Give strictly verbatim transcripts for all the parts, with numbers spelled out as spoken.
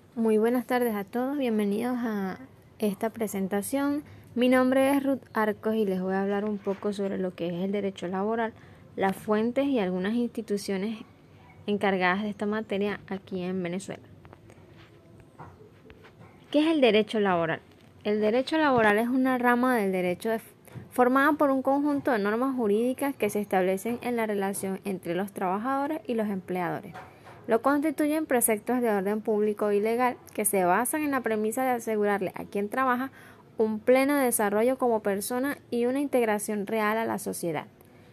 Muy buenas tardes a todos, bienvenidos a esta presentación. Mi nombre es Ruth Arcos y les voy a hablar un poco sobre lo que es el derecho laboral, las fuentes y algunas instituciones encargadas de esta materia aquí en Venezuela. ¿Qué es el derecho laboral? El derecho laboral es una rama del derecho de, formada por un conjunto de normas jurídicas que se establecen en la relación entre los trabajadores y los empleadores. Lo constituyen preceptos de orden público y legal que se basan en la premisa de asegurarle a quien trabaja un pleno desarrollo como persona y una integración real a la sociedad.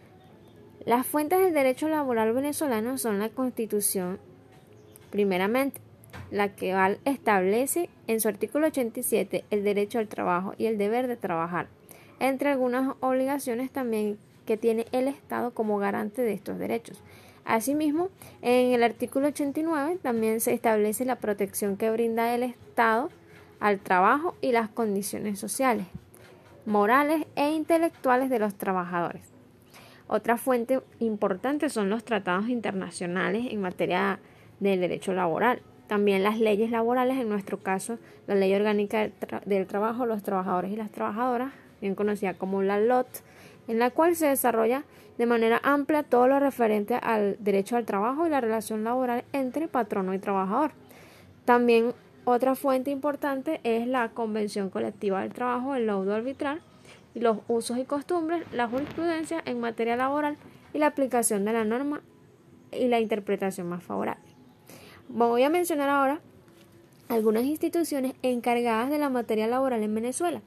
Las fuentes del derecho laboral venezolano son la Constitución, primeramente, la que establece en su artículo ochenta y siete el derecho al trabajo y el deber de trabajar, entre algunas obligaciones también que tiene el Estado como garante de estos derechos. Asimismo, en el artículo ochenta y nueve también se establece la protección que brinda el Estado al trabajo y las condiciones sociales, morales e intelectuales de los trabajadores. Otra fuente importante son los tratados internacionales en materia de derecho laboral. También las leyes laborales, en nuestro caso, la Ley Orgánica del, Tra- del Trabajo, los Trabajadores y las Trabajadoras, bien conocida como la L O T, en la cual se desarrolla de manera amplia todo lo referente al derecho al trabajo y la relación laboral entre patrono y trabajador. También otra fuente importante es la Convención Colectiva del Trabajo, el laudo arbitral, y los usos y costumbres, la jurisprudencia en materia laboral y la aplicación de la norma y la interpretación más favorable. Voy a mencionar ahora algunas instituciones encargadas de la materia laboral en Venezuela.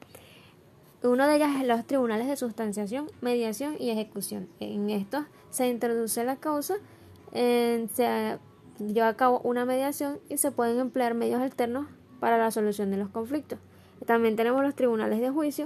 Una de ellas es los tribunales de sustanciación, mediación y ejecución. En estos se introduce la causa, eh, se lleva a cabo una mediación y se pueden emplear medios alternos para la solución de los conflictos. También tenemos los tribunales de juicio.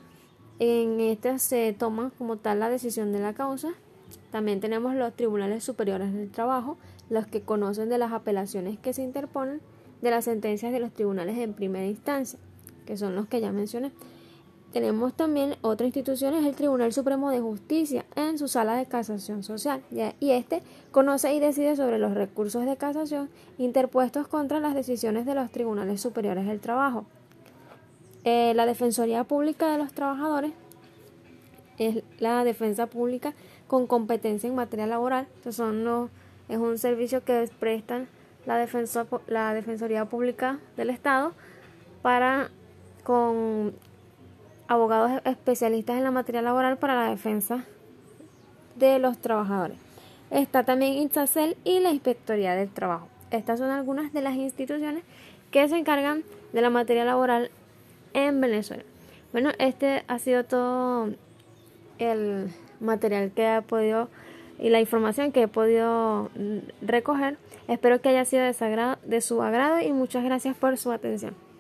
En estos se toma como tal la decisión de la causa. También tenemos los tribunales superiores del trabajo, los que conocen de las apelaciones que se interponen de las sentencias de los tribunales en primera instancia, que son los que ya mencioné. Tenemos también otra institución, es el Tribunal Supremo de Justicia, en su sala de casación social, ¿ya? Y este conoce y decide sobre los recursos de casación interpuestos contra las decisiones de los tribunales superiores del trabajo. Eh, la Defensoría Pública de los Trabajadores es la defensa pública con competencia en materia laboral. Estos son los, es un servicio que prestan la, defensa, la Defensoría Pública del Estado para con abogados especialistas en la materia laboral para la defensa de los trabajadores. Está también INSACEL y la Inspectoría del Trabajo. Estas son algunas de las instituciones que se encargan de la materia laboral en Venezuela. Bueno, este ha sido todo el material que he podido y la información que he podido recoger. Espero que haya sido de su agrado, de su agrado y muchas gracias por su atención.